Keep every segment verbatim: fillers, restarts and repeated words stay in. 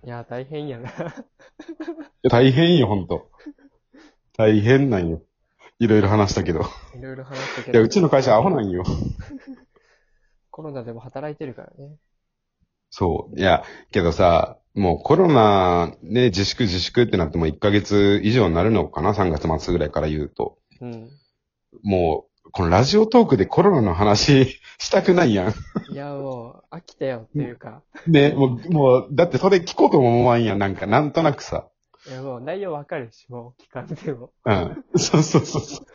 いや、大変やな。 や大変よ、ほんと。大変なんよ。いろいろ話したけど。 いろいろ話したけいや、 ど、 うちの会社アホなんよ。 コロナでも働いてるからね。 そう。いや、けどさ、もうコロナね、自粛自粛ってなってもいっかげつ以上になるのかな ?さん 月末ぐらいから言うと。 うん。 もう、このラジオトークでコロナの話したくないやん。 いや、もう、飽きたよっていうか、 ね、もう、もう、だってそれ聞こうとも思わんやん。なんか、なんとなくさ。 いや、もう内容わかるし、もう聞かんでも。 うん。そうそうそうそう。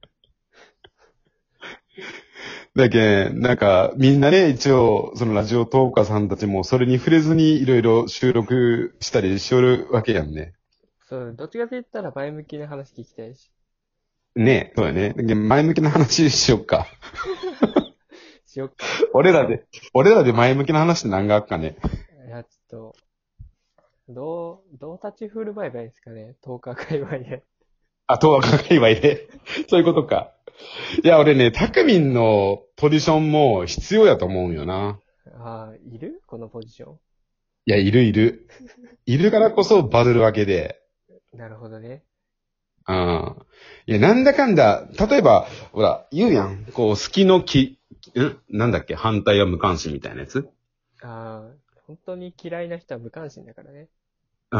だけん、なんか、みんなね、一応、そのラジオトーカーさんたちもそれに触れずにいろいろ収録したりしよるわけやんね。 そう、どっちかと言ったら前向きな話聞きたいし。 ね、そうやね。だけん前向きな話しよっか。 しよっか。 俺らで、俺らで前向きな話って何があっかね。 いや、ちょっと、どう、どう立ち振る舞えばいいですかね、トーカー界隈で。 あ、とは界隈で。そういうことか。いや、俺ね、タクミンのポジションも必要やと思うんよな。 ああ、いるこのポジショいや、いるいる。いるからこそバズるわけで。 ン。なるほどね。 うん。いや、なんだかんだ、例えば、ほら、言うやん。こう、好きのき、んなんだっけ反対は無関心みたいなやつああ、本当に嫌いな人は無関心だからね。 うん。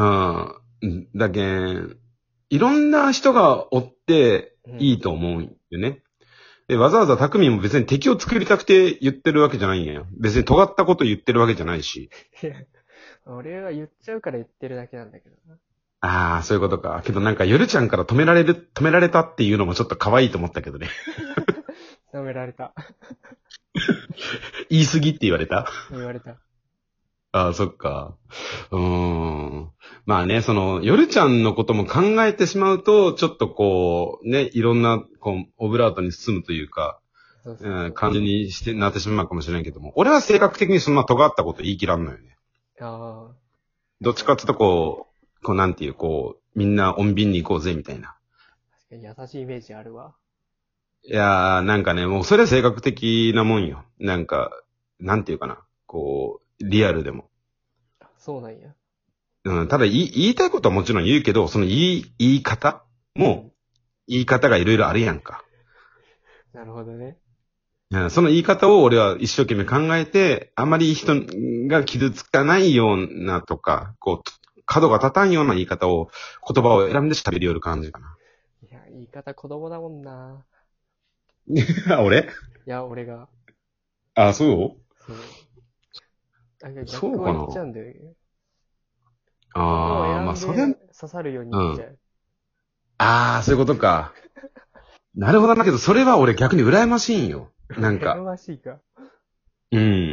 だけん、いろんな人がおってうん。 いいと思うんよね。で、わざわざタクミンも別に敵を作りたくて言ってるわけじゃないんやよ。別に尖ったこと言ってるわけじゃないし。 いや、俺は言っちゃうから言ってるだけなんだけどな。 ああ、そういうことか。けどなんか、夜ちゃんから止められる、止められたっていうのもちょっと可愛いと思ったけどね。 舐められた。 言い過ぎって言われた言われた。 ああ、そっか。うーん。まあね、その、夜ちゃんのことも考えてしまうと、ちょっとこう、ね、いろんな、こう、オブラートに包むというか、 そうそうそう。 うん、感じにして、なってしまうかもしれないけども、俺は性格的にそんな尖ったこと言い切らんのよね。 ああ、 どっちかっていうとこう、こうなんていう、こう、みんな穏便に行こうぜ、みたいな。 確かに優しいイメージあるわ。 いやー、なんかね、もうそれは性格的なもんよ。なんか、なんていうかな。こう、リアルでも。 そうなんや。 うん、ただ言い、言いたいことはもちろん言うけど、その言い、言い方も、言い方がいろいろあるやんか。 なるほどね。 うん、その言い方を俺は一生懸命考えて、あまり人が傷つかないようなとか、こう、角が立たんような言い方を、言葉を選んで喋りよる感じかいや、言い方子供だもんな。 な。俺いや、俺が。 あ、そそう。なんかうそうかな逆を言っちゃうんだよね。 ああ、まあそれ、 言葉を選んで刺さるように言っちゃう。 ああ、そういうことか。なるほどだけど、それは俺逆に羨ましいんよ。なん羨か。 ましいか。 うん。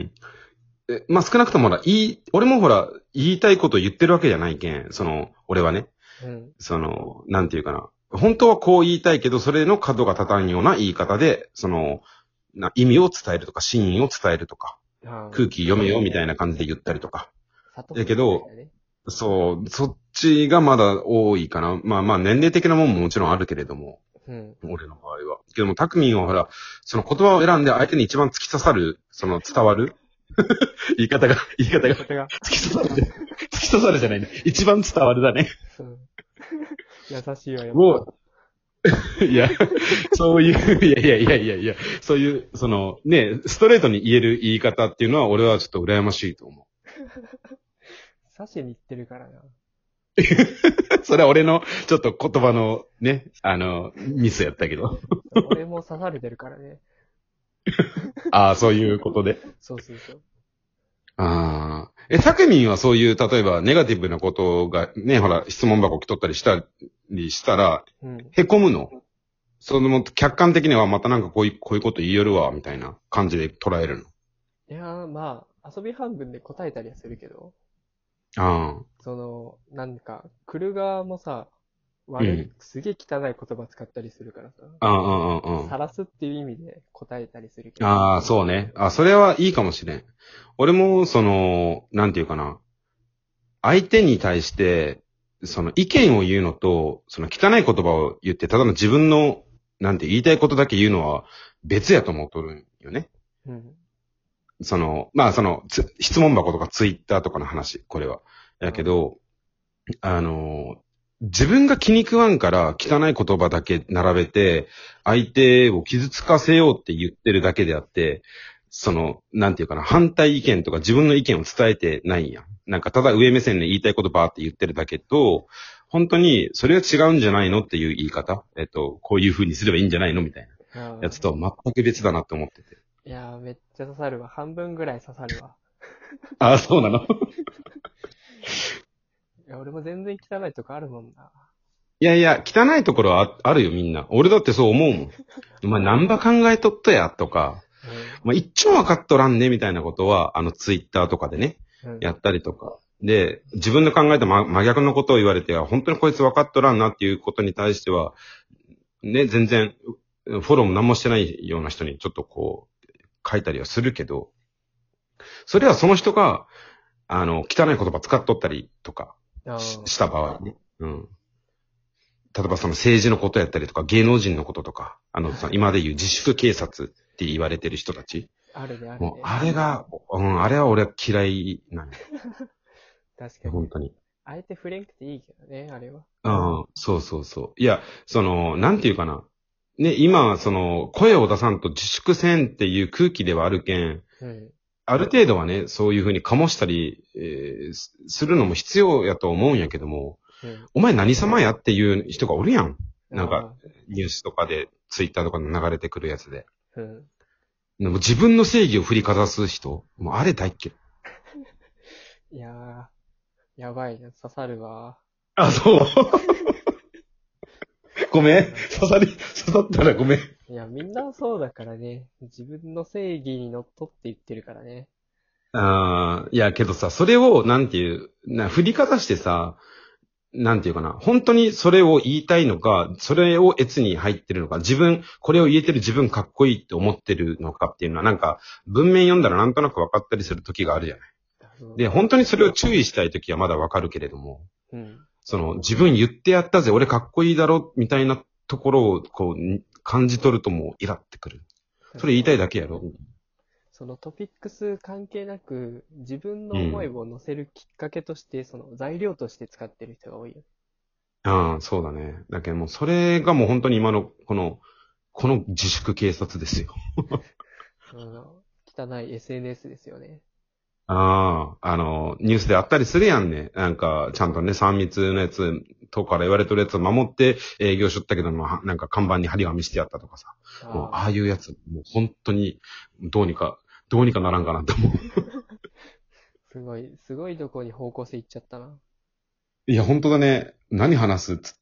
え、まあ、少なくともほら、言い、俺もほら、言いたいこと言ってるわけじゃないけん、その、俺はね、 うん。 その、なんていうかな。本当はこう言いたいけど、それの角が立たんような言い方で、その、な意味を伝えるとか、真意を伝えるとか、 ああ、 空気読めよみたいな感じで言ったりとか。 里だけど、 だね。 そう、そっちがまだ多いかな。まあまあ、年齢的なもんももちろんあるけれども、 うん。 俺の場合は。けども、タクミンはほら、その言葉を選んで相手に一番突き刺さる、その伝わる言い方が、言い方が、 それが、 突き刺さる。突き刺さるじゃないね。一番伝わるだね。 うん優しいわ、やっぱ。 もう、いや、そういう、いやいやいやいやいや、そういう、その、ね、ストレートに言える言い方っていうのは、俺はちょっと羨ましいと思刺しに行ってるからな。 う。それは俺の、ちょっと言葉の、ね、あの、ミスやったけど。 俺も刺されてるからね。 ああ、そういうことで。 そうそうそう。 ああ。え、タクミンはそういう、例えば、ネガティブなことが、ね、ほら、質問箱来とったりしたりしたら、 うん。 へこむのその、客観的にはまたなんかこういう、こういうこと言いよるわ、みたいな感じで捉えるの。 いやー、まあ、遊び半分で答えたりはするけど、 ああ。 その、なんか、来る側もさ、悪い、 うんすげえ汚い言葉使ったりするからさ、 ああ、ああ、ああ。 晒すっていう意味で答えたりするけど。 ああ、そうね。あ、それはいいかもしれん。俺も、その、なんていうかな。相手に対して、その意見を言うのと、その汚い言葉を言って、ただの自分の、なんて言いたいことだけ言うのは別やと思っとるんよね。 うん。 その、まあその、つ質問箱とかツイッターとかの話、これは。やけど、あの、自分が気に食わんから汚い言葉だけ並べて、相手を傷つかせようって言ってるだけであって、その、なんていうかな、反対意見とか自分の意見を伝えてないんやん。なんかただ上目線で言いたいことばーって言ってるだけと、本当にそれは違うんじゃないのっていう言い方、えっと、こういう風にすればいいんじゃないのみたいなうんやつと全く別だなって思ってて。 いやー、めっちゃ刺さるわ。半分ぐらい刺さるわ。 ああ、そうなのいや、俺も全然汚いとこあるもんな。 いやいや、汚いところは あ, あるよ、みんな。俺だってそう思うもん。お前、何ば考えとっとや、とか、まあ、一丁わかっとらんね、みたいなことは、あの、ツイッターとかでね、 うん。 やったりとか。で、自分の考えた真真逆のことを言われては、本当にこいつわかっとらんなっていうことに対しては、ね、全然、フォローも何もしてないような人にちょっとこう、書いたりはするけど、それはその人が、あの、汚い言葉使っとったりとかあしーした場合ね。うん。例えばその政治のことやったりとか、芸能人のこととか、あの、さ今で言う自粛警察って言われてる人たち。 あるね、あるもう、 ね。 あれが、うん、あれは俺は嫌いなんよ。 確かに。 本当に。 あえて触れんくていいけどね、あれは。 うん、そうそうそう。いや、その、なんていうかな。ね、今、その、声を出さんと自粛せんっていう空気ではあるけん、 うん。 ある程度はね、そういうふうに醸したり、えーすするのも必要やと思うんやけども、 うん。 お前何様やっていう人がおるやん。なんか、 あニュースとかで、ツイッターとかで流れてくるやつで。 ー。うん。 でも自分の正義を振りかざす人、もうあれ大っ嫌い。 いやー、やばいな、刺さるわ。 あ、そう。ごめん。刺さり、刺さったらごめん。 いや、みんなそうだからね。自分の正義にのっとって言ってるからね。 ああ、いや、けどさ、それを、なんていう、な、振りかざしてさ、なんていうかな、本当にそれを言いたいのか、それを越に入ってるのか、自分、これを言えてる自分かっこいいって思ってるのかっていうのは、なんか、文面読んだらなんとなく分かったりする時があるじゃない。 うんで、本当にそれを注意したい時はまだ分かるけれども、 うん。 その、自分言ってやったぜ、俺かっこいいだろ、みたいなところを、こう、に感じ取るともうイラってくる。それ言いたいだけやろ。 そのトピックス関係なく、自分の思いを乗せるきっかけとして、その材料として使ってる人が多いよね。 ああ、そうだね。だけどもう、それがもう本当に今の、この、この自粛警察ですよ。 その汚い エスエヌエス ですよね。 ああ、あの、ニュースであったりするやんね。なんか、ちゃんとね、さん密のやつ、とから言われてるやつを守って営業しとったけども、はなんか看板に張り紙してやったとかさ。もう、 あああいうやつ、もう本当に、どうにか、どうにかならんかなって思う。 すごい、すごいとこに方向性いっちゃったな。 いや、本当だね。何話すっつって。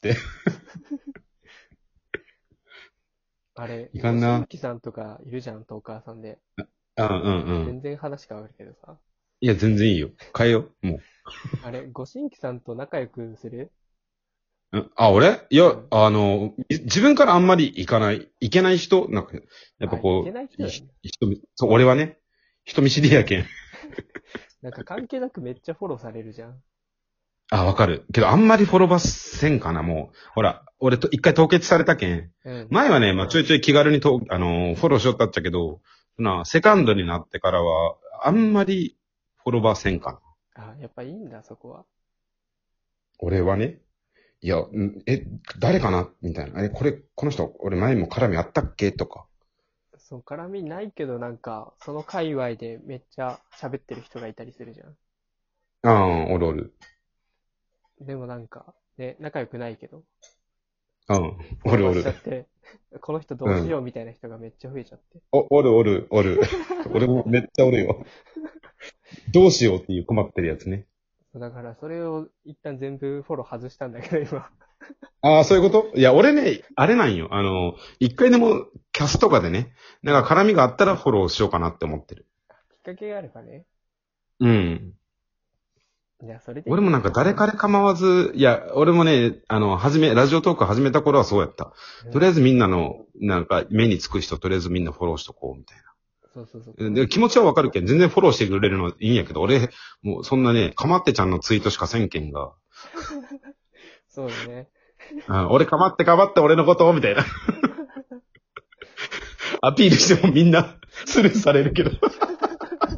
あれ、 いかんなご新規さんとかいるじゃん、トーカーさんで。 うんうんうん全。然話変わるけどさ。 いや、全然いいよ。変えよう。もう。 あれ、ご新規さんと仲良くするうんあ、俺いや、 うんあの、い自分からあんまり行かない、行けない人なんか、やっぱこあいけない人う、 だよねひ人見、そう、俺はね、人見知りやけん。 なんか関係なくめっちゃフォローされるじゃん。 あ、わかる。けど、あんまりフォロバーせんかな、もう。ほら、俺と一回凍結されたけん。 うん。 前はね、まあ、ちょいちょい気軽にと、あのーフォローしよったっちゃけど、な、セカンドになってからは、あんまりフォロバーせんかな。 あ、やっぱいいんだ、そこは。 俺はね。いや、んえ、誰かなみたいな。え、これ、この人、俺前も絡みあったっけとか。 そう、絡みないけどなんか、その界隈でめっちゃ喋ってる人がいたりするじゃん。 ああ、おるおる。 でもなんか、ね、仲良くないけど、 うん、 フォローおるおる。 しちゃって、この人どうしようみたいな人がめっちゃ増えちゃって。 お、おるおる、おる。俺もめっちゃおるよ。どうしようっていう困ってるやつね。 だからそれを一旦全部フォロー外したんだけど、今。 ああ、そういうこといや、俺ね、あれなんよ。あの、一回でもキャスとかでね、なんか絡みがあったらフォローしようかなって思ってる。 きっかけがあればね。 うん。 いや、それでいい俺もなんか誰彼構わず、いや、俺もね、あの、始め、ラジオトーク始めた頃はそうやった。とりあえずみんなの、なんか目につく人、とりあえずみんなフォローしとこう、みたいな。 そうそうそう。 で、気持ちはわかるけん、全然フォローしてくれるのいいんやけど、俺、もうそんなね、かまってちゃんのツイートしかせんけんが、 そうだね。 あ俺かまってかまって俺のことを、みたいな。アピールしてもみんなスルーされるけど。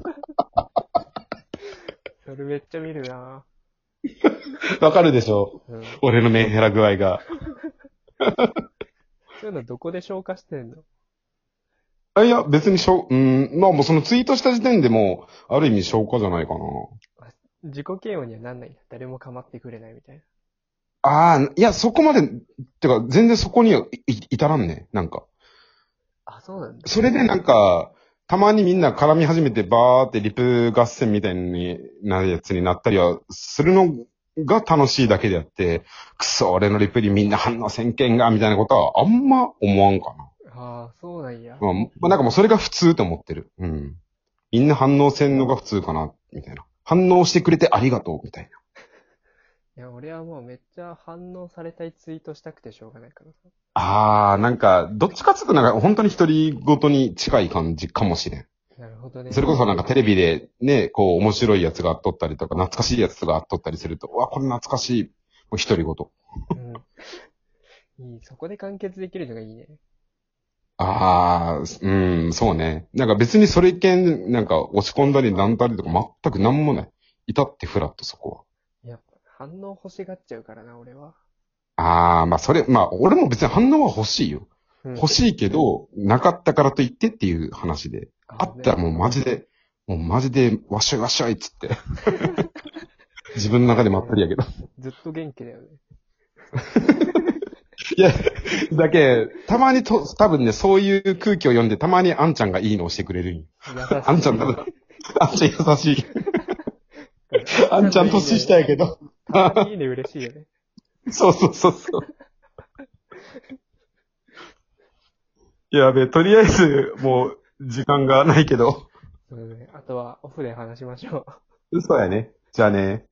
俺めっちゃ見るな。 わかるでしょ、 うん。 俺のメンヘラ具合が。 そういうのどこで消化してんの？ あ、いや、別にしょう、うん、まあもうそのツイートした時点でもう、ある意味消化じゃないかな。 自己嫌悪にはなんないんだ。誰も構ってくれないみたいな。 ああ、いや、そこまで、てか、全然そこにはいい至らんね。なんか。 あ、そうなんだ。 それでなんか、たまにみんな絡み始めてバーってリプ合戦みたいになやつになったりはするのが楽しいだけであって、くそ、俺のリプにみんな反応せんけんが、みたいなことはあんま思わんかな。 ああ、そうなんや。 まあ、まあなんかもうそれが普通と思ってる。うん。みんな反応せんのが普通かな、みたいな。反応してくれてありがとう、みたいな。 いや、俺はもうめっちゃ反応されたいツイートしたくてしょうがないからさ。 あー、なんか、どっちかつうとなんか本当に独り言に近い感じかもしれん。 なるほどね。 それこそなんかテレビでね、こう面白いやつがあっとったりとか、懐かしいやつがあっとったりすると、うわ、これ懐かしい。もう独り言。 うん。いい、そこで完結できるのがいいね。 あー、うん、そうね。なんか別にそれ一見、なんか落ち込んだりなんだりとか全くなんもない。至ってフラットそこやっぱ反応欲しがっちゃうからな、俺は。 は。あー、まあそれ、まあ俺も別に反応は欲しいよ。 うん。 欲しいけど、なかったからといってっていう話で。あったらもうマジで、もうマジで、わっしょいわっしょいっつって。自分の中でまったりやけど。 ずっと元気だよね。 いや、だけ、たまにと、多分ね、そういう空気を読んで、たまにあんちゃんがいいのをしてくれるんよ。 優しい。 あんちゃん多分、あんちゃん優しい。あんちゃん年下やけど。 たまにいいね嬉しいよね。 そうそうそうそう。やべえ、とりあえず、もう、時間がないけど。 そうね。あとはオフで話しましょう。 嘘やね。じゃあね。